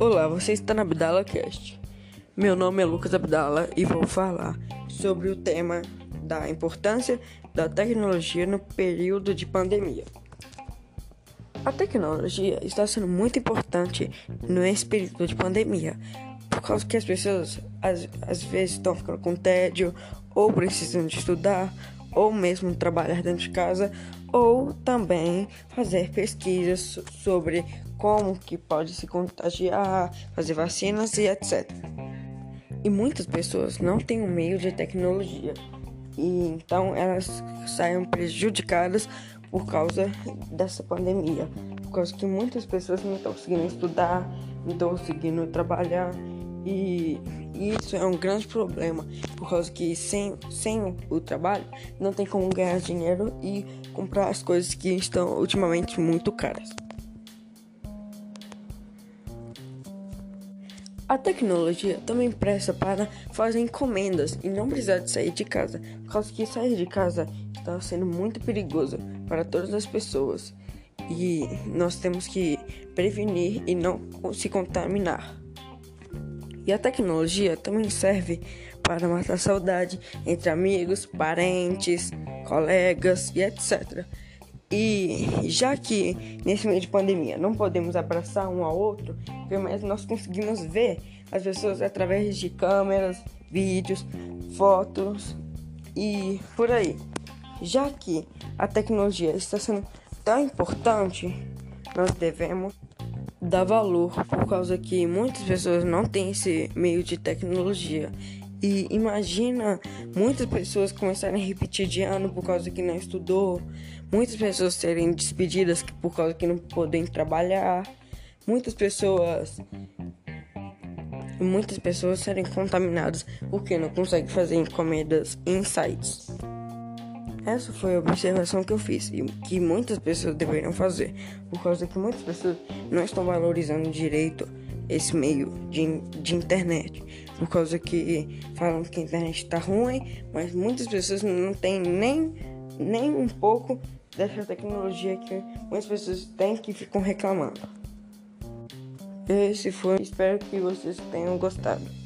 Olá, você está na Abdala Cast. Meu nome é Lucas Abdala e vou falar sobre o tema da importância da tecnologia no período de pandemia. A tecnologia está sendo muito importante nesse período de pandemia, por causa que as pessoas às vezes estão ficando com tédio, ou precisam de estudar, ou mesmo trabalhar dentro de casa, ou também fazer pesquisas sobre como que pode se contagiar, fazer vacinas e etc. E muitas pessoas não têm um meio de tecnologia, e então elas saem prejudicadas por causa dessa pandemia, por causa que muitas pessoas não estão conseguindo estudar, não estão conseguindo trabalhar, e isso é um grande problema, por causa que sem o trabalho não tem como ganhar dinheiro e comprar as coisas que estão ultimamente muito caras. A tecnologia também presta para fazer encomendas e não precisar de sair de casa, por causa que sair de casa está sendo muito perigoso para todas as pessoas e nós temos que prevenir e não se contaminar. E a tecnologia também serve para matar a saudade entre amigos, parentes, colegas e etc. E já que nesse meio de pandemia não podemos abraçar um ao outro, mas nós conseguimos ver as pessoas através de câmeras, vídeos, fotos e por aí. Já que a tecnologia está sendo tão importante, nós devemos dar valor, por causa que muitas pessoas não têm esse meio de tecnologia. E imagina muitas pessoas começarem a repetir de ano por causa que não estudou, muitas pessoas serem despedidas por causa que não podem trabalhar, muitas pessoas serem contaminadas porque não conseguem fazer encomendas em sites. Essa foi a observação que eu fiz e que muitas pessoas deveriam fazer, por causa que muitas pessoas não estão valorizando direito esse meio de internet, por causa que falam que a internet está ruim, mas muitas pessoas não têm nem um pouco dessa tecnologia que muitas pessoas têm, que ficam reclamando. Esse foi, espero que vocês tenham gostado.